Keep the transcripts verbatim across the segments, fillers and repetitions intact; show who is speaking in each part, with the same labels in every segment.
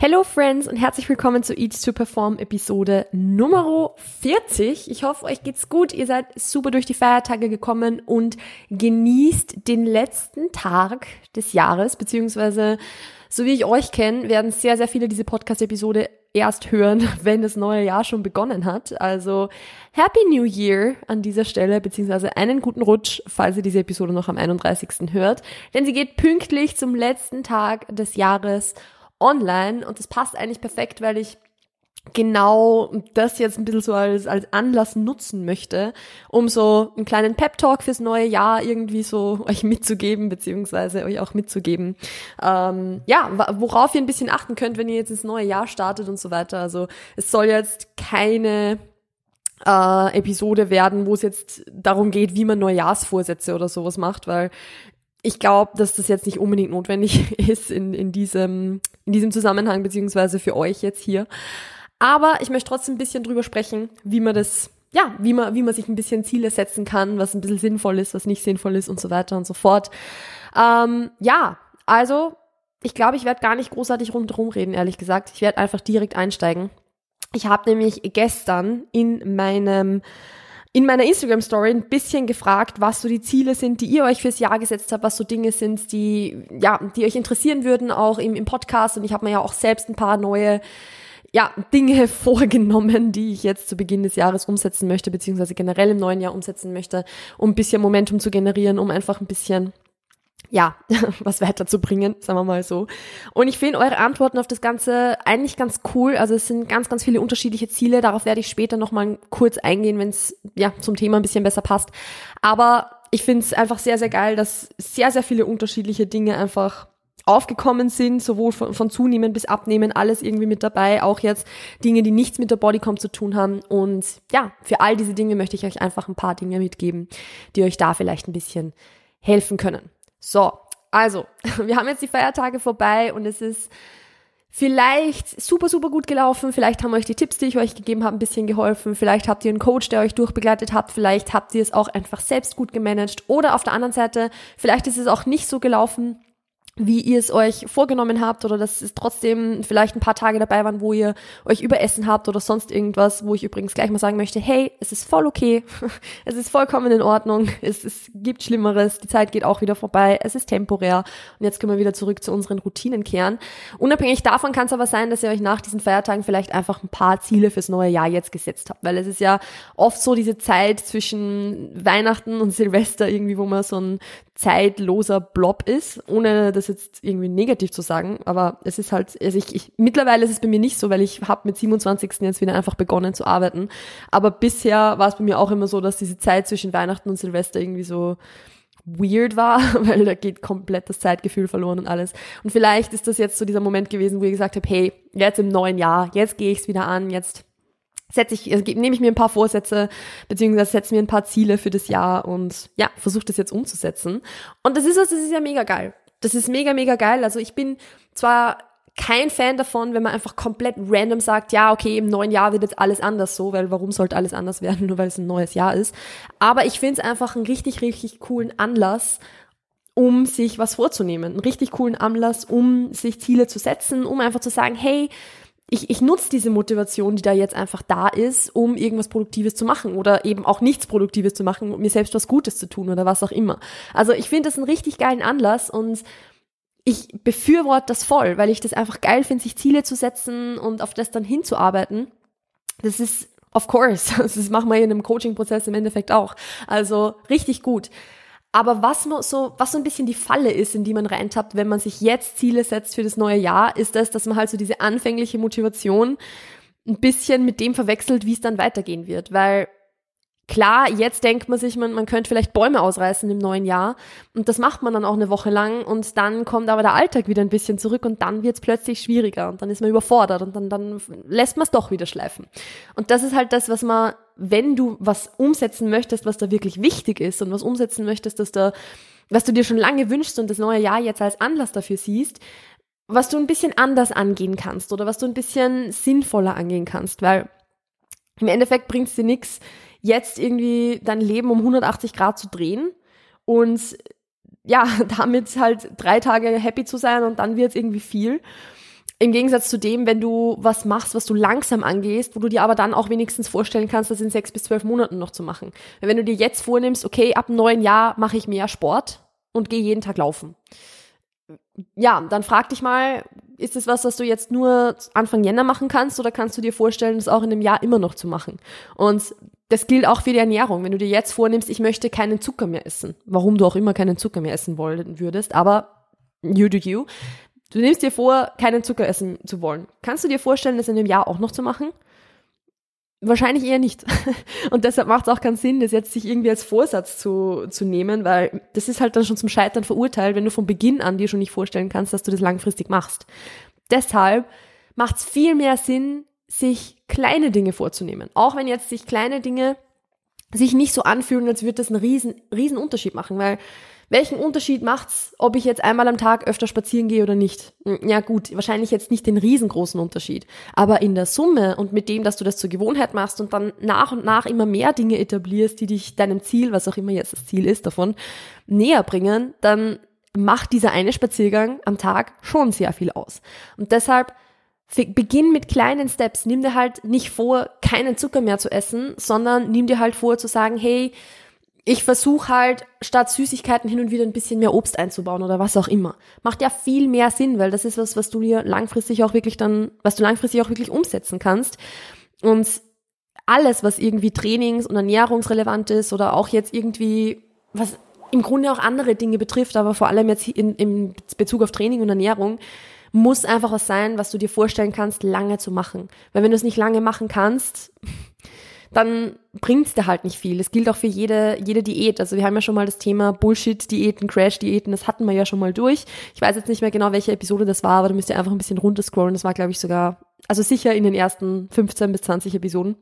Speaker 1: Hello Friends und herzlich willkommen zu Eat to Perform Episode Nummer vierzig. Ich hoffe, euch geht's gut. Ihr seid super durch die Feiertage gekommen und genießt den letzten Tag des Jahres, beziehungsweise so wie ich euch kenne, werden sehr, sehr viele diese Podcast-Episode erst hören, wenn das neue Jahr schon begonnen hat. Also Happy New Year an dieser Stelle, beziehungsweise einen guten Rutsch, falls ihr diese Episode noch am einunddreißigsten hört. Denn sie geht pünktlich zum letzten Tag des Jahres online und das passt eigentlich perfekt, weil ich genau das jetzt ein bisschen so als, als Anlass nutzen möchte, um so einen kleinen Pep-Talk fürs neue Jahr irgendwie so euch mitzugeben, beziehungsweise euch auch mitzugeben, ähm, ja, worauf ihr ein bisschen achten könnt, wenn ihr jetzt ins neue Jahr startet und so weiter. Also es soll jetzt keine äh, Episode werden, wo es jetzt darum geht, wie man Neujahrsvorsätze oder sowas macht, weil ich glaube, dass das jetzt nicht unbedingt notwendig ist in, in diesem, in diesem Zusammenhang, beziehungsweise für euch jetzt hier. Aber ich möchte trotzdem ein bisschen drüber sprechen, wie man das, ja, wie man, wie man sich ein bisschen Ziele setzen kann, was ein bisschen sinnvoll ist, was nicht sinnvoll ist und so weiter und so fort. Ähm, ja, also, ich glaube, ich werde gar nicht großartig rundherum reden, ehrlich gesagt. Ich werde einfach direkt einsteigen. Ich habe nämlich gestern in meinem in meiner Instagram-Story ein bisschen gefragt, was so die Ziele sind, die ihr euch fürs Jahr gesetzt habt, was so Dinge sind, die ja, die euch interessieren würden, auch im, im Podcast. Und ich habe mir ja auch selbst ein paar neue ja, Dinge vorgenommen, die ich jetzt zu Beginn des Jahres umsetzen möchte, beziehungsweise generell im neuen Jahr umsetzen möchte, um ein bisschen Momentum zu generieren, um einfach ein bisschen ja, was weiterzubringen, sagen wir mal so. Und ich finde eure Antworten auf das Ganze eigentlich ganz cool. Also es sind ganz, ganz viele unterschiedliche Ziele. Darauf werde ich später nochmal kurz eingehen, wenn es ja zum Thema ein bisschen besser passt. Aber ich finde es einfach sehr, sehr geil, dass sehr, sehr viele unterschiedliche Dinge einfach aufgekommen sind, sowohl von, von Zunehmen bis Abnehmen, alles irgendwie mit dabei. Auch jetzt Dinge, die nichts mit der Bodycomp zu tun haben. Und ja, für all diese Dinge möchte ich euch einfach ein paar Dinge mitgeben, die euch da vielleicht ein bisschen helfen können. So, also, wir haben jetzt die Feiertage vorbei und es ist vielleicht super, super gut gelaufen. Vielleicht haben euch die Tipps, die ich euch gegeben habe, ein bisschen geholfen. Vielleicht habt ihr einen Coach, der euch durchbegleitet hat. Vielleicht habt ihr es auch einfach selbst gut gemanagt. Oder auf der anderen Seite, vielleicht ist es auch nicht so gelaufen, wie ihr es euch vorgenommen habt, oder dass es trotzdem vielleicht ein paar Tage dabei waren, wo ihr euch überessen habt oder sonst irgendwas, wo ich übrigens gleich mal sagen möchte, hey, es ist voll okay, es ist vollkommen in Ordnung, es, es gibt Schlimmeres, die Zeit geht auch wieder vorbei, es ist temporär und jetzt können wir wieder zurück zu unseren Routinen kehren. Unabhängig davon kann es aber sein, dass ihr euch nach diesen Feiertagen vielleicht einfach ein paar Ziele fürs neue Jahr jetzt gesetzt habt, weil es ist ja oft so diese Zeit zwischen Weihnachten und Silvester irgendwie, wo man so ein zeitloser Blob ist, ohne das jetzt irgendwie negativ zu sagen, aber es ist halt, also ich, ich mittlerweile ist es bei mir nicht so, weil ich habe mit siebenundzwanzigsten jetzt wieder einfach begonnen zu arbeiten, aber bisher war es bei mir auch immer so, dass diese Zeit zwischen Weihnachten und Silvester irgendwie so weird war, weil da geht komplett das Zeitgefühl verloren und alles. Und vielleicht ist das jetzt so dieser Moment gewesen, wo ich gesagt habe, hey, jetzt im neuen Jahr, jetzt gehe ich es wieder an, jetzt setze ich, also nehme ich mir ein paar Vorsätze, beziehungsweise setze mir ein paar Ziele für das Jahr und ja, versuche das jetzt umzusetzen. Und das ist was, das ist ja mega geil. Das ist mega, mega geil. Also ich bin zwar kein Fan davon, wenn man einfach komplett random sagt, ja, okay, im neuen Jahr wird jetzt alles anders so, weil warum sollte alles anders werden, nur weil es ein neues Jahr ist. Aber ich finde es einfach einen richtig, richtig coolen Anlass, um sich was vorzunehmen. Einen richtig coolen Anlass, um sich Ziele zu setzen, um einfach zu sagen, hey, Ich, ich nutze diese Motivation, die da jetzt einfach da ist, um irgendwas Produktives zu machen oder eben auch nichts Produktives zu machen und mir selbst was Gutes zu tun oder was auch immer. Also ich finde das einen richtig geilen Anlass und ich befürworte das voll, weil ich das einfach geil finde, sich Ziele zu setzen und auf das dann hinzuarbeiten. Das ist, of course, das machen wir in einem Coaching-Prozess im Endeffekt auch. Also richtig gut. Aber was man so, was so ein bisschen die Falle ist, in die man reintappt, wenn man sich jetzt Ziele setzt für das neue Jahr, ist das, dass man halt so diese anfängliche Motivation ein bisschen mit dem verwechselt, wie es dann weitergehen wird. Weil klar, jetzt denkt man sich, man, man könnte vielleicht Bäume ausreißen im neuen Jahr und das macht man dann auch eine Woche lang und dann kommt aber der Alltag wieder ein bisschen zurück und dann wird es plötzlich schwieriger und dann ist man überfordert und dann, dann lässt man es doch wieder schleifen. Und das ist halt das, was man, wenn du was umsetzen möchtest, was da wirklich wichtig ist und was umsetzen möchtest, dass da, was du dir schon lange wünschst und das neue Jahr jetzt als Anlass dafür siehst, was du ein bisschen anders angehen kannst oder was du ein bisschen sinnvoller angehen kannst, weil im Endeffekt bringt es dir nichts, jetzt irgendwie dein Leben um hundertachtzig Grad zu drehen und ja, damit halt drei Tage happy zu sein und dann wird es irgendwie viel. Im Gegensatz zu dem, wenn du was machst, was du langsam angehst, wo du dir aber dann auch wenigstens vorstellen kannst, das in sechs bis zwölf Monaten noch zu machen. Weil wenn du dir jetzt vornimmst, okay, ab dem neuen Jahr mache ich mehr Sport und gehe jeden Tag laufen. Ja, dann frag dich mal, ist das was, was du jetzt nur Anfang Jänner machen kannst oder kannst du dir vorstellen, das auch in einem Jahr immer noch zu machen? Und das gilt auch für die Ernährung. Wenn du dir jetzt vornimmst, ich möchte keinen Zucker mehr essen, warum du auch immer keinen Zucker mehr essen wollen würdest, aber you do you. Du nimmst dir vor, keinen Zucker essen zu wollen. Kannst du dir vorstellen, das in einem Jahr auch noch zu machen? Wahrscheinlich eher nicht. Und deshalb macht es auch keinen Sinn, das jetzt sich irgendwie als Vorsatz zu, zu nehmen, weil das ist halt dann schon zum Scheitern verurteilt, wenn du von Beginn an dir schon nicht vorstellen kannst, dass du das langfristig machst. Deshalb macht es viel mehr Sinn, sich kleine Dinge vorzunehmen. Auch wenn jetzt sich kleine Dinge sich nicht so anfühlen, als würde das einen riesen, riesen Unterschied machen, weil welchen Unterschied macht's, ob ich jetzt einmal am Tag öfter spazieren gehe oder nicht? Ja gut, wahrscheinlich jetzt nicht den riesengroßen Unterschied. Aber in der Summe und mit dem, dass du das zur Gewohnheit machst und dann nach und nach immer mehr Dinge etablierst, die dich deinem Ziel, was auch immer jetzt das Ziel ist davon, näher bringen, dann macht dieser eine Spaziergang am Tag schon sehr viel aus. Und deshalb beginn mit kleinen Steps. Nimm dir halt nicht vor, keinen Zucker mehr zu essen, sondern nimm dir halt vor zu sagen, hey, ich versuche halt, statt Süßigkeiten hin und wieder ein bisschen mehr Obst einzubauen oder was auch immer. Macht ja viel mehr Sinn, weil das ist was, was du dir langfristig auch wirklich dann, was du langfristig auch wirklich umsetzen kannst. Und alles, was irgendwie trainings- und ernährungsrelevant ist oder auch jetzt irgendwie, was im Grunde auch andere Dinge betrifft, aber vor allem jetzt in, in Bezug auf Training und Ernährung, muss einfach was sein, was du dir vorstellen kannst, lange zu machen. Weil wenn du es nicht lange machen kannst, dann bringt's dir halt nicht viel. Das gilt auch für jede jede Diät. Also wir haben ja schon mal das Thema Bullshit-Diäten, Crash-Diäten, das hatten wir ja schon mal durch. Ich weiß jetzt nicht mehr genau, welche Episode das war, aber da müsst ihr einfach ein bisschen runterscrollen. Das war, glaube ich, sogar, also sicher in den ersten fünfzehn bis zwanzig Episoden.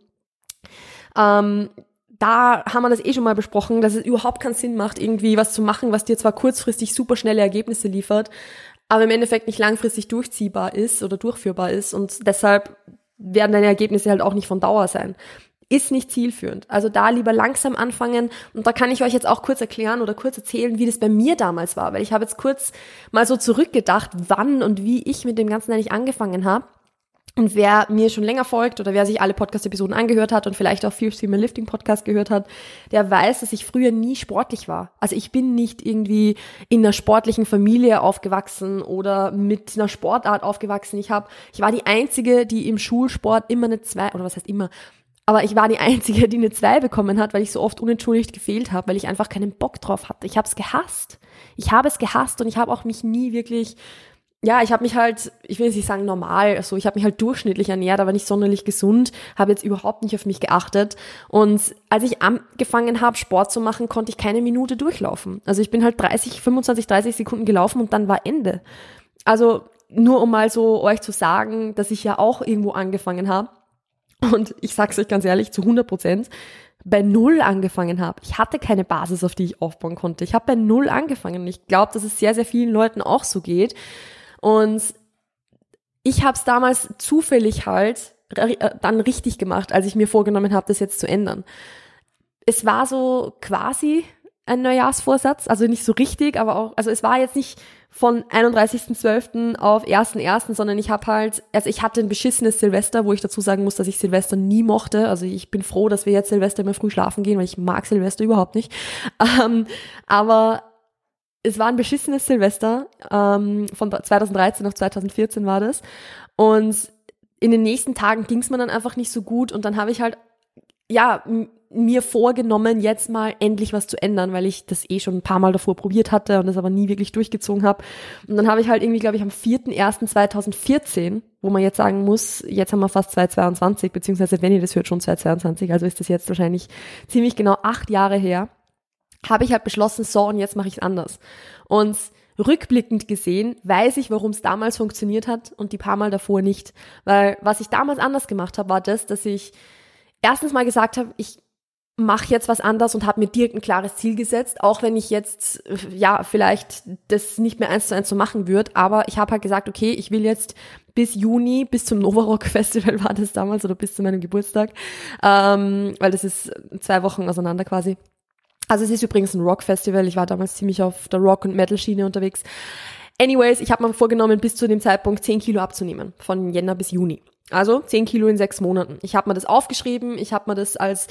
Speaker 1: Ähm, da haben wir das eh schon mal besprochen, dass es überhaupt keinen Sinn macht, irgendwie was zu machen, was dir zwar kurzfristig super schnelle Ergebnisse liefert, aber im Endeffekt nicht langfristig durchziehbar ist oder durchführbar ist und deshalb werden deine Ergebnisse halt auch nicht von Dauer sein. Ist nicht zielführend. Also da lieber langsam anfangen und da kann ich euch jetzt auch kurz erklären oder kurz erzählen, wie das bei mir damals war, weil ich habe jetzt kurz mal so zurückgedacht, wann und wie ich mit dem Ganzen eigentlich angefangen habe. Und wer mir schon länger folgt oder wer sich alle Podcast-Episoden angehört hat und vielleicht auch viel Female Lifting Podcast gehört hat, der weiß, dass ich früher nie sportlich war. Also ich bin nicht irgendwie in einer sportlichen Familie aufgewachsen oder mit einer Sportart aufgewachsen. Ich habe, ich war die Einzige, die im Schulsport immer eine zwei, oder was heißt immer, aber ich war die Einzige, die eine zwei bekommen hat, weil ich so oft unentschuldigt gefehlt habe, weil ich einfach keinen Bock drauf hatte. Ich habe es gehasst. Ich habe es gehasst und ich habe auch mich nie wirklich, ja, ich habe mich halt, ich will jetzt nicht sagen normal, also ich habe mich halt durchschnittlich ernährt, aber nicht sonderlich gesund, habe jetzt überhaupt nicht auf mich geachtet. Und als ich angefangen habe, Sport zu machen, konnte ich keine Minute durchlaufen. Also ich bin halt dreißig, fünfundzwanzig, dreißig Sekunden gelaufen und dann war Ende. Also nur um mal so euch zu sagen, dass ich ja auch irgendwo angefangen habe. Und ich sag's euch ganz ehrlich, zu hundert Prozent bei Null angefangen habe. Ich hatte keine Basis, auf die ich aufbauen konnte. Ich habe bei Null angefangen und ich glaube, dass es sehr, sehr vielen Leuten auch so geht. Und ich habe es damals zufällig halt dann richtig gemacht, als ich mir vorgenommen habe, das jetzt zu ändern. Es war so quasi ein Neujahrsvorsatz, also nicht so richtig, aber auch, also es war jetzt nicht von einunddreißigsten zwölften auf ersten ersten, sondern ich habe halt, also ich hatte ein beschissenes Silvester, wo ich dazu sagen muss, dass ich Silvester nie mochte. Also ich bin froh, dass wir jetzt Silvester immer früh schlafen gehen, weil ich mag Silvester überhaupt nicht. Ähm, aber es war ein beschissenes Silvester, ähm, von zweitausenddreizehn auf zweitausendvierzehn war das. Und in den nächsten Tagen ging es mir dann einfach nicht so gut und dann habe ich halt, ja, m- mir vorgenommen, jetzt mal endlich was zu ändern, weil ich das eh schon ein paar Mal davor probiert hatte und das aber nie wirklich durchgezogen habe. Und dann habe ich halt irgendwie, glaube ich, am vierten ersten zweitausendvierzehn, wo man jetzt sagen muss, jetzt haben wir fast zweitausendzweiundzwanzig, beziehungsweise wenn ihr das hört, schon zweitausendzweiundzwanzig, also ist das jetzt wahrscheinlich ziemlich genau acht Jahre her, habe ich halt beschlossen, so und jetzt mache ich es anders. Und rückblickend gesehen weiß ich, warum es damals funktioniert hat und die paar Mal davor nicht. Weil was ich damals anders gemacht habe, war das, dass ich erstens mal gesagt habe, ich mache jetzt was anders und habe mir direkt ein klares Ziel gesetzt, auch wenn ich jetzt, ja, vielleicht das nicht mehr eins zu eins so machen würde, aber ich habe halt gesagt, okay, ich will jetzt bis Juni, bis zum Nova Rock Festival war das damals oder bis zu meinem Geburtstag, ähm, weil das ist zwei Wochen auseinander quasi. Also es ist übrigens ein Rock-Festival, ich war damals ziemlich auf der Rock- und Metal-Schiene unterwegs. Anyways, ich habe mir vorgenommen, bis zu dem Zeitpunkt zehn Kilo abzunehmen, von Jänner bis Juni. Also zehn Kilo in sechs Monaten. Ich habe mir das aufgeschrieben, ich habe mir das als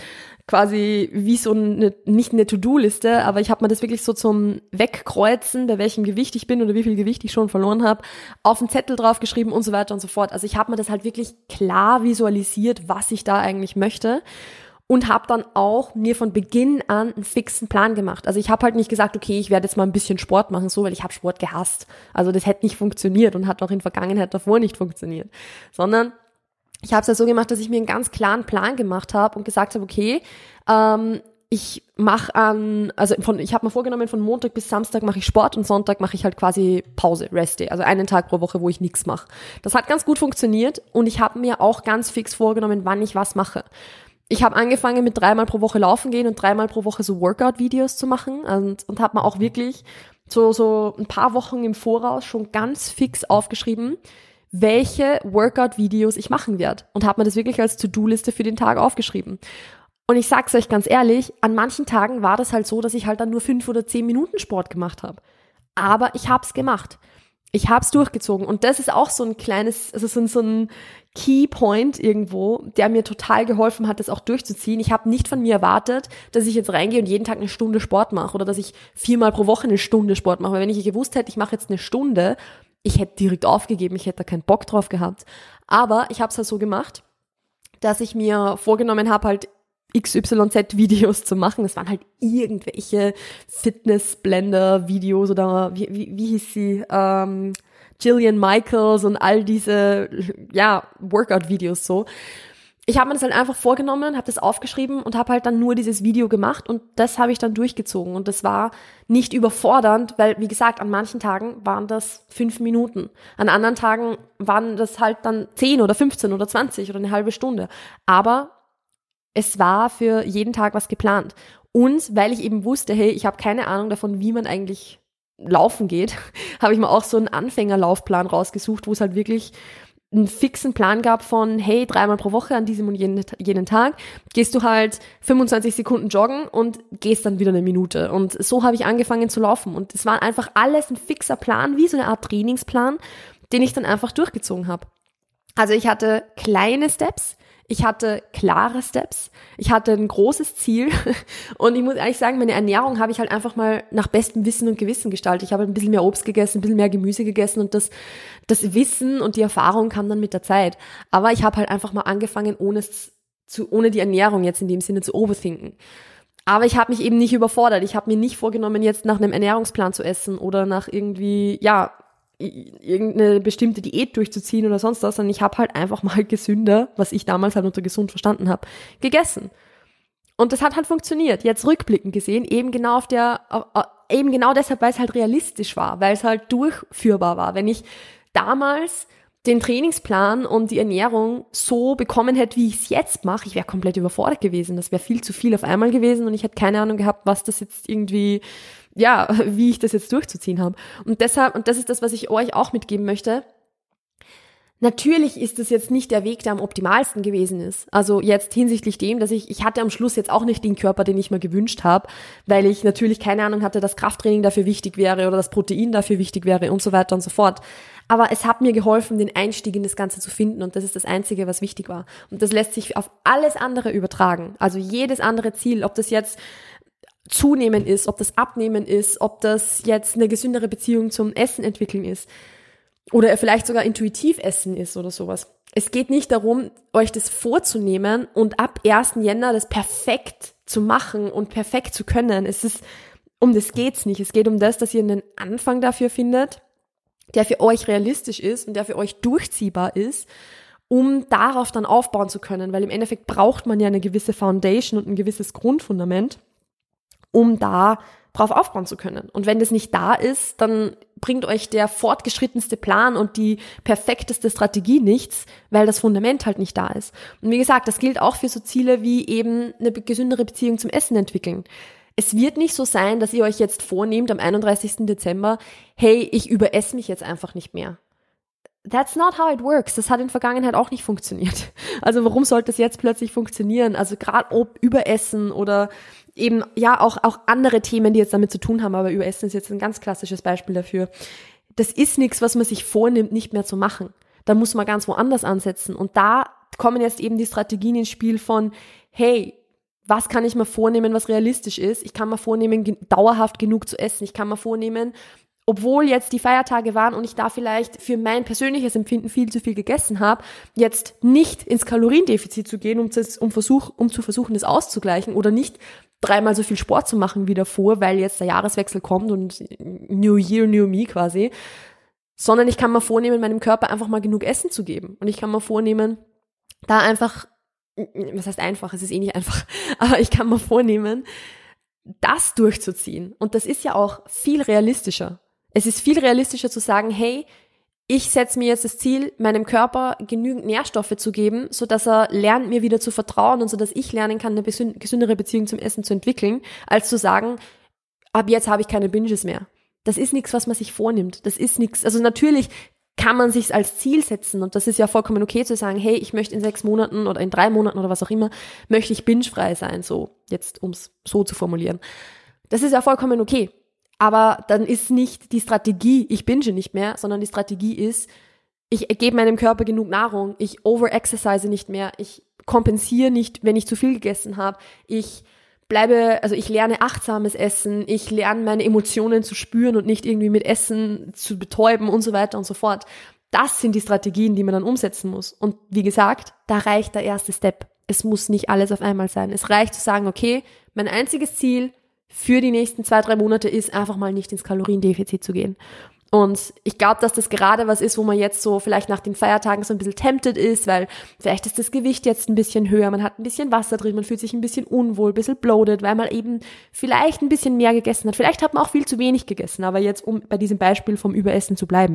Speaker 1: quasi wie so eine, nicht eine To-Do-Liste, aber ich habe mir das wirklich so zum Wegkreuzen, bei welchem Gewicht ich bin oder wie viel Gewicht ich schon verloren habe, auf einen Zettel draufgeschrieben und so weiter und so fort. Also ich habe mir das halt wirklich klar visualisiert, was ich da eigentlich möchte. Und habe dann auch mir von Beginn an einen fixen Plan gemacht. Also ich habe halt nicht gesagt, okay, ich werde jetzt mal ein bisschen Sport machen, so, weil ich habe Sport gehasst. Also das hätte nicht funktioniert und hat auch in Vergangenheit davor nicht funktioniert. Sondern ich habe es ja so gemacht, dass ich mir einen ganz klaren Plan gemacht habe und gesagt habe, okay, ähm, ich mache an, also von, ich habe mir vorgenommen, von Montag bis Samstag mache ich Sport und Sonntag mache ich halt quasi Pause, Rest Day, also einen Tag pro Woche, wo ich nichts mache. Das hat ganz gut funktioniert und ich habe mir auch ganz fix vorgenommen, wann ich was mache. Ich habe angefangen mit dreimal pro Woche laufen gehen und dreimal pro Woche so Workout-Videos zu machen und, und habe mir auch wirklich so, so ein paar Wochen im Voraus schon ganz fix aufgeschrieben, welche Workout-Videos ich machen werde und habe mir das wirklich als To-Do-Liste für den Tag aufgeschrieben. Und ich sag's euch ganz ehrlich, an manchen Tagen war das halt so, dass ich halt dann nur fünf oder zehn Minuten Sport gemacht habe. Aber ich hab's gemacht. Ich hab's durchgezogen und das ist auch so ein kleines, also so ein, so ein Key Point irgendwo, der mir total geholfen hat, das auch durchzuziehen. Ich habe nicht von mir erwartet, dass ich jetzt reingehe und jeden Tag eine Stunde Sport mache oder dass ich viermal pro Woche eine Stunde Sport mache. Weil wenn ich gewusst hätte, ich mache jetzt eine Stunde, ich hätte direkt aufgegeben, ich hätte da keinen Bock drauf gehabt. Aber ich habe es halt so gemacht, dass ich mir vorgenommen habe, halt X Y Z-Videos zu machen. Das waren halt irgendwelche Fitness-Blender-Videos oder wie, wie, wie hieß sie? Ähm, Jillian Michaels und all diese, ja, Workout-Videos so. Ich habe mir das halt einfach vorgenommen, habe das aufgeschrieben und habe halt dann nur dieses Video gemacht und das habe ich dann durchgezogen und das war nicht überfordernd, weil, wie gesagt, an manchen Tagen waren das fünf Minuten. An anderen Tagen waren das halt dann zehn oder fünfzehn oder zwanzig oder eine halbe Stunde. Aber es war für jeden Tag was geplant. Und weil ich eben wusste, hey, ich habe keine Ahnung davon, wie man eigentlich laufen geht, habe ich mir auch so einen Anfängerlaufplan rausgesucht, wo es halt wirklich einen fixen Plan gab von, hey, dreimal pro Woche an diesem und jenen, jenen Tag gehst du halt fünfundzwanzig Sekunden joggen und gehst dann wieder eine Minute. Und so habe ich angefangen zu laufen. Und es war einfach alles ein fixer Plan, wie so eine Art Trainingsplan, den ich dann einfach durchgezogen habe. Also ich hatte kleine Steps, ich hatte klare Steps, ich hatte ein großes Ziel und ich muss ehrlich sagen, meine Ernährung habe ich halt einfach mal nach bestem Wissen und Gewissen gestaltet. Ich habe ein bisschen mehr Obst gegessen, ein bisschen mehr Gemüse gegessen und das, das Wissen und die Erfahrung kam dann mit der Zeit. Aber ich habe halt einfach mal angefangen, ohne es zu, ohne die Ernährung jetzt in dem Sinne zu overthinken. Aber ich habe mich eben nicht überfordert. Ich habe mir nicht vorgenommen, jetzt nach einem Ernährungsplan zu essen oder nach irgendwie, ja, irgendeine bestimmte Diät durchzuziehen oder sonst was, sondern ich habe halt einfach mal gesünder, was ich damals halt unter gesund verstanden habe, gegessen. Und das hat halt funktioniert. Jetzt rückblickend gesehen, eben genau auf der, eben genau deshalb, weil es halt realistisch war, weil es halt durchführbar war. Wenn ich damals den Trainingsplan und die Ernährung so bekommen hätte, wie ich es jetzt mache, ich wäre komplett überfordert gewesen. Das wäre viel zu viel auf einmal gewesen und ich hätte keine Ahnung gehabt, was das jetzt irgendwie, ja, wie ich das jetzt durchzuziehen habe. Und deshalb, und das ist das, was ich euch auch mitgeben möchte, natürlich ist das jetzt nicht der Weg, der am optimalsten gewesen ist. Also jetzt hinsichtlich dem, dass ich, ich hatte am Schluss jetzt auch nicht den Körper, den ich mir gewünscht habe, weil ich natürlich keine Ahnung hatte, dass Krafttraining dafür wichtig wäre oder dass Protein dafür wichtig wäre und so weiter und so fort. Aber es hat mir geholfen, den Einstieg in das Ganze zu finden und das ist das Einzige, was wichtig war. Und das lässt sich auf alles andere übertragen. Also jedes andere Ziel, ob das jetzt Zunehmen ist, ob das Abnehmen ist, ob das jetzt eine gesündere Beziehung zum Essen entwickeln ist oder vielleicht sogar intuitiv essen ist oder sowas. Es geht nicht darum, euch das vorzunehmen und ab ersten Jänner das perfekt zu machen und perfekt zu können. Es ist, um das geht's nicht. Es geht um das, dass ihr einen Anfang dafür findet, der für euch realistisch ist und der für euch durchziehbar ist, um darauf dann aufbauen zu können, weil im Endeffekt braucht man ja eine gewisse Foundation und ein gewisses Grundfundament, um da drauf aufbauen zu können. Und wenn das nicht da ist, dann bringt euch der fortgeschrittenste Plan und die perfekteste Strategie nichts, weil das Fundament halt nicht da ist. Und wie gesagt, das gilt auch für so Ziele wie eben eine gesündere Beziehung zum Essen entwickeln. Es wird nicht so sein, dass ihr euch jetzt vornehmt am einunddreißigsten Dezember, hey, ich überesse mich jetzt einfach nicht mehr. That's not how it works. Das hat in der Vergangenheit auch nicht funktioniert. Also warum sollte es jetzt plötzlich funktionieren? Also gerade ob Überessen oder eben, ja, auch, auch andere Themen, die jetzt damit zu tun haben, aber Überessen ist jetzt ein ganz klassisches Beispiel dafür. das ist nichts, was man sich vornimmt, nicht mehr zu machen. Da muss man ganz woanders ansetzen. Und da kommen jetzt eben die Strategien ins Spiel von, hey, was kann ich mir vornehmen, was realistisch ist? Ich kann mir vornehmen, ge- dauerhaft genug zu essen. Ich kann mir vornehmen, obwohl jetzt die Feiertage waren und ich da vielleicht für mein persönliches Empfinden viel zu viel gegessen habe, jetzt nicht ins Kaloriendefizit zu gehen, um, das, um, Versuch, um zu versuchen, das auszugleichen oder nicht dreimal so viel Sport zu machen wie davor, weil jetzt der Jahreswechsel kommt und New Year, New Me quasi, sondern ich kann mir vornehmen, meinem Körper einfach mal genug Essen zu geben. Und ich kann mir vornehmen, da einfach, was heißt einfach, es ist eh nicht einfach, aber ich kann mir vornehmen, das durchzuziehen. Und das ist ja auch viel realistischer. Es ist viel realistischer zu sagen, hey, ich setze mir jetzt das Ziel, meinem Körper genügend Nährstoffe zu geben, so dass er lernt, mir wieder zu vertrauen und so dass ich lernen kann, eine gesündere Beziehung zum Essen zu entwickeln, als zu sagen, ab jetzt habe ich keine Binges mehr. Das ist nichts, was man sich vornimmt. Das ist nichts, also natürlich kann man sich als Ziel setzen und das ist ja vollkommen okay zu sagen, hey, ich möchte in sechs Monaten oder in drei Monaten oder was auch immer, möchte ich bingefrei sein, so jetzt, um es so zu formulieren. Das ist ja vollkommen okay. Aber dann ist nicht die Strategie, ich binge nicht mehr, sondern die Strategie ist, ich gebe meinem Körper genug Nahrung, ich overexercise nicht mehr, ich kompensiere nicht, wenn ich zu viel gegessen habe, ich bleibe, also ich lerne achtsames Essen, ich lerne meine Emotionen zu spüren und nicht irgendwie mit Essen zu betäuben und so weiter und so fort. Das sind die Strategien, die man dann umsetzen muss. Und wie gesagt, da reicht der erste Step. Es muss nicht alles auf einmal sein. Es reicht zu sagen, okay, mein einziges Ziel für die nächsten zwei, drei Monate ist, einfach mal nicht ins Kaloriendefizit zu gehen. Und ich glaube, dass das gerade was ist, wo man jetzt so vielleicht nach den Feiertagen so ein bisschen tempted ist, weil vielleicht ist das Gewicht jetzt ein bisschen höher, man hat ein bisschen Wasser drin, man fühlt sich ein bisschen unwohl, ein bisschen bloated, weil man eben vielleicht ein bisschen mehr gegessen hat. Vielleicht hat man auch viel zu wenig gegessen, aber jetzt, um bei diesem Beispiel vom Überessen zu bleiben.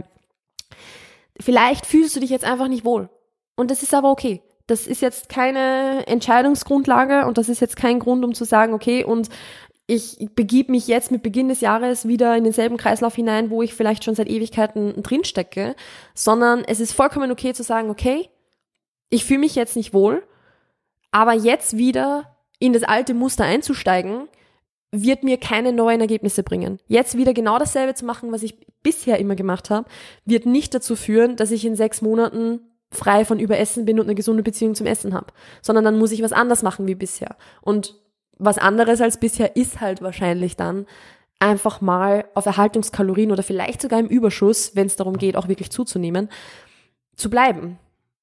Speaker 1: Vielleicht fühlst du dich jetzt einfach nicht wohl. Und das ist aber okay. Das ist jetzt keine Entscheidungsgrundlage und das ist jetzt kein Grund, um zu sagen, okay, und ich begib mich jetzt mit Beginn des Jahres wieder in denselben Kreislauf hinein, wo ich vielleicht schon seit Ewigkeiten drinstecke, sondern es ist vollkommen okay zu sagen, okay, ich fühle mich jetzt nicht wohl, aber jetzt wieder in das alte Muster einzusteigen, wird mir keine neuen Ergebnisse bringen. Jetzt wieder genau dasselbe zu machen, was ich bisher immer gemacht habe, wird nicht dazu führen, dass ich in sechs Monaten frei von Überessen bin und eine gesunde Beziehung zum Essen habe, sondern dann muss ich was anders machen wie bisher. Und was anderes als bisher ist halt wahrscheinlich dann einfach mal auf Erhaltungskalorien oder vielleicht sogar im Überschuss, wenn es darum geht, auch wirklich zuzunehmen, zu bleiben.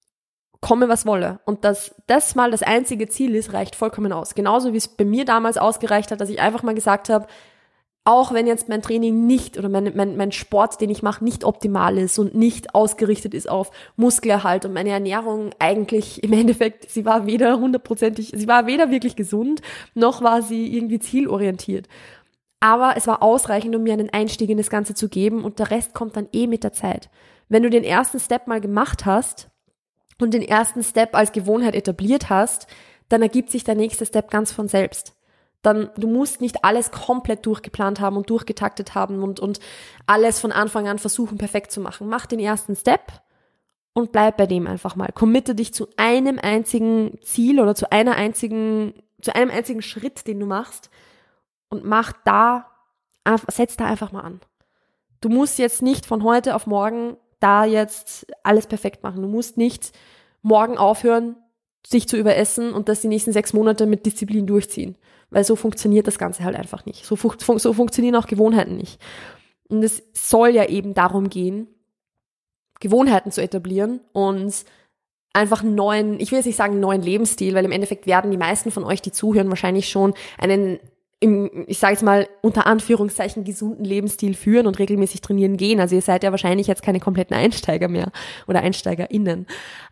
Speaker 1: Komme, was wolle. Und dass das mal das einzige Ziel ist, reicht vollkommen aus. Genauso wie es bei mir damals ausgereicht hat, dass ich einfach mal gesagt habe, auch wenn jetzt mein Training nicht oder mein, mein, mein Sport, den ich mache, nicht optimal ist und nicht ausgerichtet ist auf Muskelerhalt und meine Ernährung eigentlich im Endeffekt, sie war weder hundertprozentig, sie war weder wirklich gesund, noch war sie irgendwie zielorientiert. Aber es war ausreichend, um mir einen Einstieg in das Ganze zu geben und der Rest kommt dann eh mit der Zeit. Wenn du den ersten Step mal gemacht hast und den ersten Step als Gewohnheit etabliert hast, dann ergibt sich der nächste Step ganz von selbst. Dann, du musst nicht alles komplett durchgeplant haben und durchgetaktet haben und, und alles von Anfang an versuchen, perfekt zu machen. Mach den ersten Step und bleib bei dem einfach mal. Committe dich zu einem einzigen Ziel oder zu einer einzigen, zu einem einzigen Schritt, den du machst und mach da, setz da einfach mal an. Du musst jetzt nicht von heute auf morgen da jetzt alles perfekt machen. Du musst nicht morgen aufhören, sich zu überessen und das die nächsten sechs Monate mit Disziplin durchziehen. Weil so funktioniert das Ganze halt einfach nicht. So, fun- so funktionieren auch Gewohnheiten nicht. Und es soll ja eben darum gehen, Gewohnheiten zu etablieren und einfach einen neuen, ich will jetzt nicht sagen neuen Lebensstil, weil im Endeffekt werden die meisten von euch, die zuhören, wahrscheinlich schon einen, im, ich sage jetzt mal unter Anführungszeichen, gesunden Lebensstil führen und regelmäßig trainieren gehen. Also ihr seid ja wahrscheinlich jetzt keine kompletten Einsteiger mehr oder EinsteigerInnen.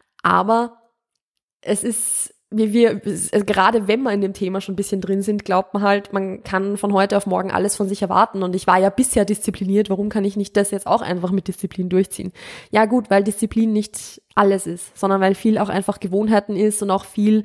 Speaker 1: Aber es ist, wie wir, also gerade wenn wir in dem Thema schon ein bisschen drin sind, glaubt man halt, man kann von heute auf morgen alles von sich erwarten. Und ich war ja bisher diszipliniert, warum kann ich nicht das jetzt auch einfach mit Disziplin durchziehen? Ja gut, weil Disziplin nicht alles ist, sondern weil viel auch einfach Gewohnheiten ist und auch viel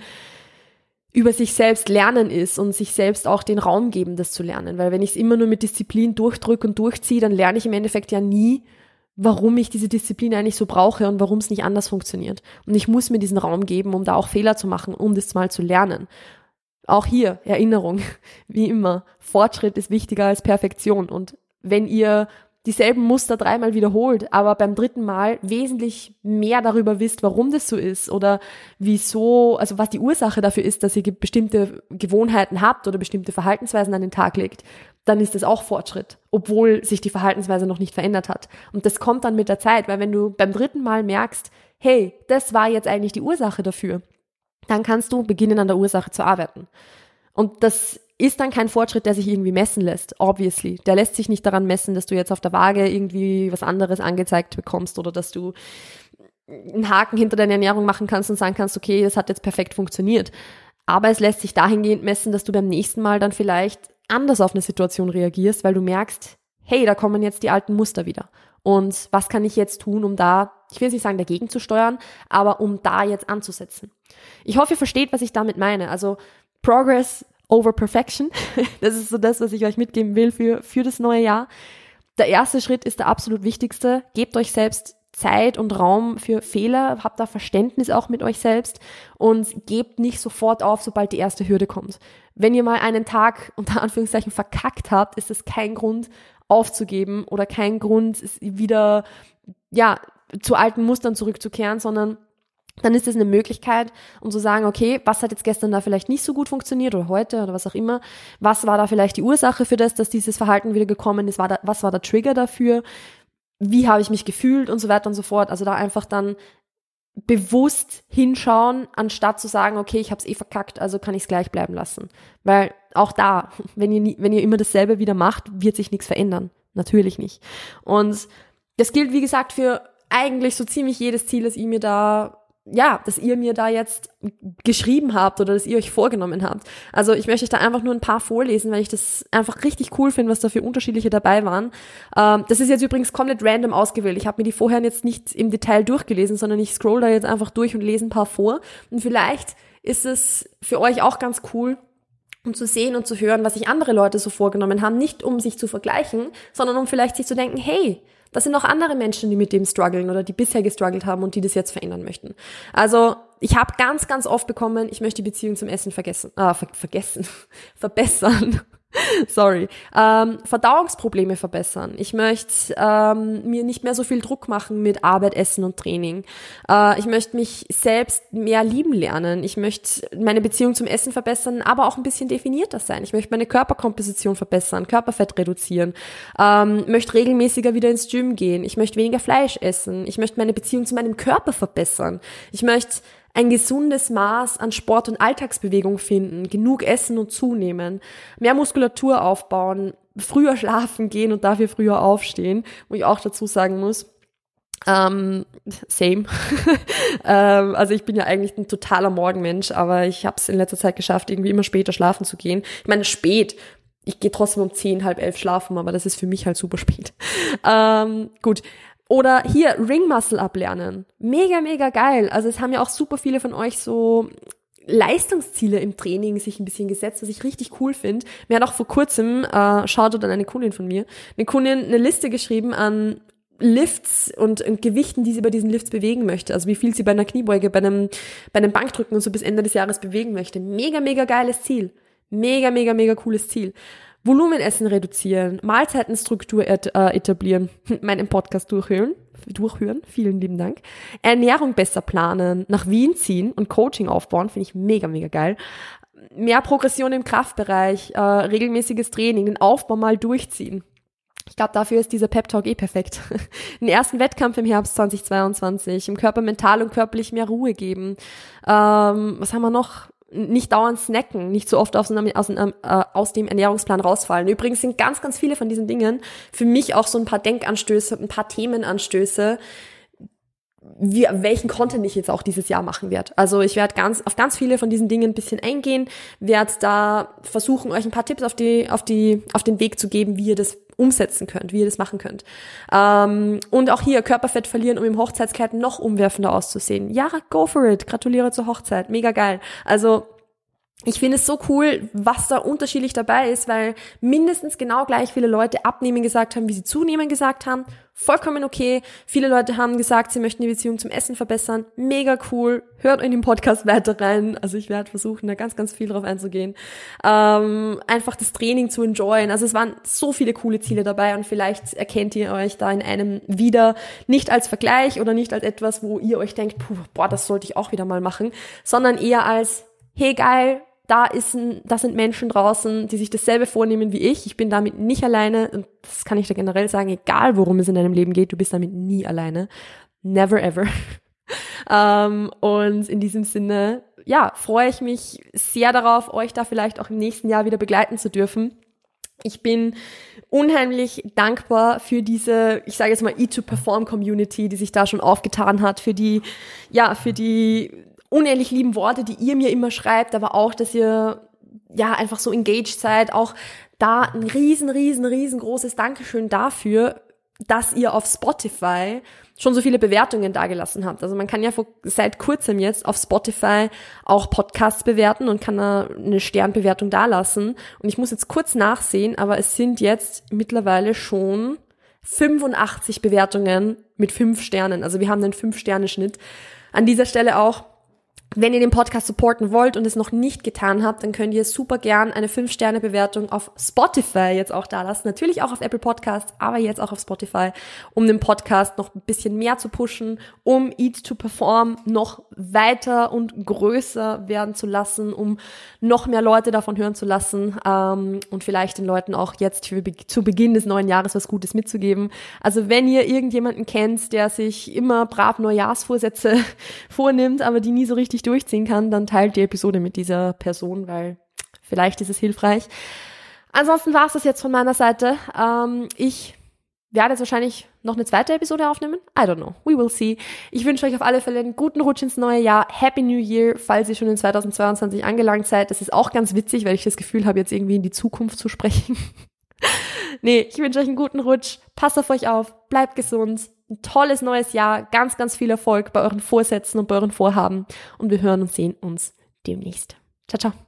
Speaker 1: über sich selbst lernen ist und sich selbst auch den Raum geben, das zu lernen. Weil wenn ich es immer nur mit Disziplin durchdrücke und durchziehe, dann lerne ich im Endeffekt ja nie, warum ich diese Disziplin eigentlich so brauche und warum es nicht anders funktioniert. Und ich muss mir diesen Raum geben, um da auch Fehler zu machen, um das mal zu lernen. Auch hier, Erinnerung, wie immer, Fortschritt ist wichtiger als Perfektion. Und wenn ihr dieselben Muster dreimal wiederholt, aber beim dritten Mal wesentlich mehr darüber wisst, warum das so ist oder wieso, also was die Ursache dafür ist, dass ihr bestimmte Gewohnheiten habt oder bestimmte Verhaltensweisen an den Tag legt, dann ist das auch Fortschritt, obwohl sich die Verhaltensweise noch nicht verändert hat. Und das kommt dann mit der Zeit, weil wenn du beim dritten Mal merkst, hey, das war jetzt eigentlich die Ursache dafür, dann kannst du beginnen, an der Ursache zu arbeiten. Und das ist dann kein Fortschritt, der sich irgendwie messen lässt, obviously. Der lässt sich nicht daran messen, dass du jetzt auf der Waage irgendwie was anderes angezeigt bekommst oder dass du einen Haken hinter deiner Ernährung machen kannst und sagen kannst, okay, das hat jetzt perfekt funktioniert. Aber es lässt sich dahingehend messen, dass du beim nächsten Mal dann vielleicht anders auf eine Situation reagierst, weil du merkst, hey, da kommen jetzt die alten Muster wieder. Und was kann ich jetzt tun, um da, ich will jetzt nicht sagen dagegen zu steuern, aber um da jetzt anzusetzen. Ich hoffe, ihr versteht, was ich damit meine. Also Progress over Perfection, das ist so das, was ich euch mitgeben will für, für das neue Jahr. Der erste Schritt ist der absolut wichtigste. Gebt euch selbst Zeit und Raum für Fehler, habt da Verständnis auch mit euch selbst und gebt nicht sofort auf, sobald die erste Hürde kommt. Wenn ihr mal einen Tag unter Anführungszeichen verkackt habt, ist es kein Grund aufzugeben oder kein Grund, wieder ja zu alten Mustern zurückzukehren, sondern dann ist es eine Möglichkeit, um zu sagen, okay, was hat jetzt gestern da vielleicht nicht so gut funktioniert oder heute oder was auch immer, was war da vielleicht die Ursache für das, dass dieses Verhalten wieder gekommen ist, war da, was war der Trigger dafür, wie habe ich mich gefühlt und so weiter und so fort. Also da einfach dann bewusst hinschauen, anstatt zu sagen, okay, ich habe es eh verkackt, also kann ich es gleich bleiben lassen. Weil auch da, wenn ihr, nie, wenn ihr immer dasselbe wieder macht, wird sich nichts verändern. Natürlich nicht. Und das gilt, wie gesagt, für eigentlich so ziemlich jedes Ziel, das ihr mir da ja, dass ihr mir da jetzt geschrieben habt oder dass ihr euch vorgenommen habt. Also ich möchte euch da einfach nur ein paar vorlesen, weil ich das einfach richtig cool finde, was da für unterschiedliche dabei waren. Ähm, das ist jetzt übrigens komplett random ausgewählt. Ich habe mir die vorher jetzt nicht im Detail durchgelesen, sondern ich scroll da jetzt einfach durch und lese ein paar vor. Und vielleicht ist es für euch auch ganz cool, um zu sehen und zu hören, was sich andere Leute so vorgenommen haben. Nicht um sich zu vergleichen, sondern um vielleicht sich zu denken, hey, das sind auch andere Menschen, die mit dem strugglen oder die bisher gestruggelt haben und die das jetzt verändern möchten. Also ich habe ganz, ganz oft bekommen, ich möchte die Beziehung zum Essen vergessen, äh, ver- vergessen, verbessern. Sorry. Ähm, Verdauungsprobleme verbessern. Ich möchte ähm, mir nicht mehr so viel Druck machen mit Arbeit, Essen und Training. Äh, ich möchte mich selbst mehr lieben lernen. Ich möchte meine Beziehung zum Essen verbessern, aber auch ein bisschen definierter sein. Ich möchte meine Körperkomposition verbessern, Körperfett reduzieren. Ähm, möchte regelmäßiger wieder ins Gym gehen. Ich möchte weniger Fleisch essen. Ich möchte meine Beziehung zu meinem Körper verbessern. Ich möchte ein gesundes Maß an Sport und Alltagsbewegung finden, genug essen und zunehmen, mehr Muskulatur aufbauen, früher schlafen gehen und dafür früher aufstehen, wo ich auch dazu sagen muss, ähm, same. ähm, also ich bin ja eigentlich ein totaler Morgenmensch, aber ich habe es in letzter Zeit geschafft, irgendwie immer später schlafen zu gehen. Ich meine, spät. Ich gehe trotzdem um zehn, halb elf schlafen, aber das ist für mich halt super spät. Ähm, gut. Oder hier, Ring Muscle ablernen. Mega, mega geil. Also es haben ja auch super viele von euch so Leistungsziele im Training sich ein bisschen gesetzt, was ich richtig cool finde. Mir hat auch vor kurzem, äh, Shoutout an eine Kundin von mir, eine Kundin eine Liste geschrieben an Lifts und, und Gewichten, die sie bei diesen Lifts bewegen möchte. Also wie viel sie bei einer Kniebeuge, bei einem, bei einem Bankdrücken und so bis Ende des Jahres bewegen möchte. Mega, mega geiles Ziel. Mega, mega, mega cooles Ziel. Volumenessen reduzieren, Mahlzeitenstruktur et- äh, etablieren, meinen Podcast durchhören, durchhören, vielen lieben Dank. Ernährung besser planen, nach Wien ziehen und Coaching aufbauen, finde ich mega, mega geil. Mehr Progression im Kraftbereich, äh, regelmäßiges Training, den Aufbau mal durchziehen. Ich glaube, dafür ist dieser Pep-Talk eh perfekt. Den ersten Wettkampf im Herbst zweitausendzweiundzwanzig, im Körper mental und körperlich mehr Ruhe geben. Ähm, was haben wir noch? Nicht dauernd snacken, nicht so oft aus, aus, äh, aus dem Ernährungsplan rausfallen. Übrigens sind ganz, ganz viele von diesen Dingen für mich auch so ein paar Denkanstöße, ein paar Themenanstöße, wie, welchen Content ich jetzt auch dieses Jahr machen werde. Also ich werde ganz auf ganz viele von diesen Dingen ein bisschen eingehen, werde da versuchen, euch ein paar Tipps auf die auf die auf den Weg zu geben, wie ihr das umsetzen könnt, wie ihr das machen könnt. Ähm, und auch hier Körperfett verlieren, um im Hochzeitskleid noch umwerfender auszusehen. Ja, go for it. Gratuliere zur Hochzeit. Mega geil. Also ich finde es so cool, was da unterschiedlich dabei ist, weil mindestens genau gleich viele Leute abnehmen gesagt haben, wie sie zunehmen gesagt haben. Vollkommen okay. Viele Leute haben gesagt, sie möchten die Beziehung zum Essen verbessern. Mega cool. Hört in den Podcast weiter rein. Also ich werde versuchen, da ganz, ganz viel drauf einzugehen. Ähm, einfach das Training zu enjoyen. Also es waren so viele coole Ziele dabei und vielleicht erkennt ihr euch da in einem wieder, nicht als Vergleich oder nicht als etwas, wo ihr euch denkt, puh, boah, das sollte ich auch wieder mal machen, sondern eher als, hey geil, da ist ein, das sind Menschen draußen, die sich dasselbe vornehmen wie ich. Ich bin damit nicht alleine und das kann ich dir generell sagen, egal worum es in deinem Leben geht, du bist damit nie alleine. Never ever. ähm, und in diesem Sinne, ja, freue ich mich sehr darauf, euch da vielleicht auch im nächsten Jahr wieder begleiten zu dürfen. Ich bin unheimlich dankbar für diese, ich sage jetzt mal Eat to Perform Community, die sich da schon aufgetan hat, für die, ja, für die unendlich lieben Worte, die ihr mir immer schreibt, aber auch, dass ihr ja einfach so engaged seid. Auch da ein riesen, riesen, riesengroßes Dankeschön dafür, dass ihr auf Spotify schon so viele Bewertungen dagelassen habt. Also man kann ja seit kurzem jetzt auf Spotify auch Podcasts bewerten und kann da eine Sternbewertung dalassen. Und ich muss jetzt kurz nachsehen, aber es sind jetzt mittlerweile schon fünfundachtzig Bewertungen mit fünf Sternen. Also wir haben einen fünf-Sterne-Schnitt. An dieser Stelle auch, wenn ihr den Podcast supporten wollt und es noch nicht getan habt, dann könnt ihr super gern eine fünf-Sterne-Bewertung auf Spotify jetzt auch da lassen. Natürlich auch auf Apple Podcasts, aber jetzt auch auf Spotify, um den Podcast noch ein bisschen mehr zu pushen, um Eat to Perform noch weiter und größer werden zu lassen, um noch mehr Leute davon hören zu lassen ähm, und vielleicht den Leuten auch jetzt für, zu Beginn des neuen Jahres was Gutes mitzugeben. Also wenn ihr irgendjemanden kennt, der sich immer brav Neujahrsvorsätze vornimmt, aber die nie so richtig durchziehen kann, dann teilt die Episode mit dieser Person, weil vielleicht ist es hilfreich. Ansonsten war es das jetzt von meiner Seite. Ähm, ich werde jetzt wahrscheinlich noch eine zweite Episode aufnehmen. I don't know. We will see. Ich wünsche euch auf alle Fälle einen guten Rutsch ins neue Jahr. Happy New Year, falls ihr schon in zweitausendzweiundzwanzig angelangt seid. Das ist auch ganz witzig, weil ich das Gefühl habe, jetzt irgendwie in die Zukunft zu sprechen. Nee, ich wünsche euch einen guten Rutsch. Passt auf euch auf. Bleibt gesund. Ein tolles neues Jahr, ganz, ganz viel Erfolg bei euren Vorsätzen und bei euren Vorhaben und wir hören und sehen uns demnächst. Ciao, ciao.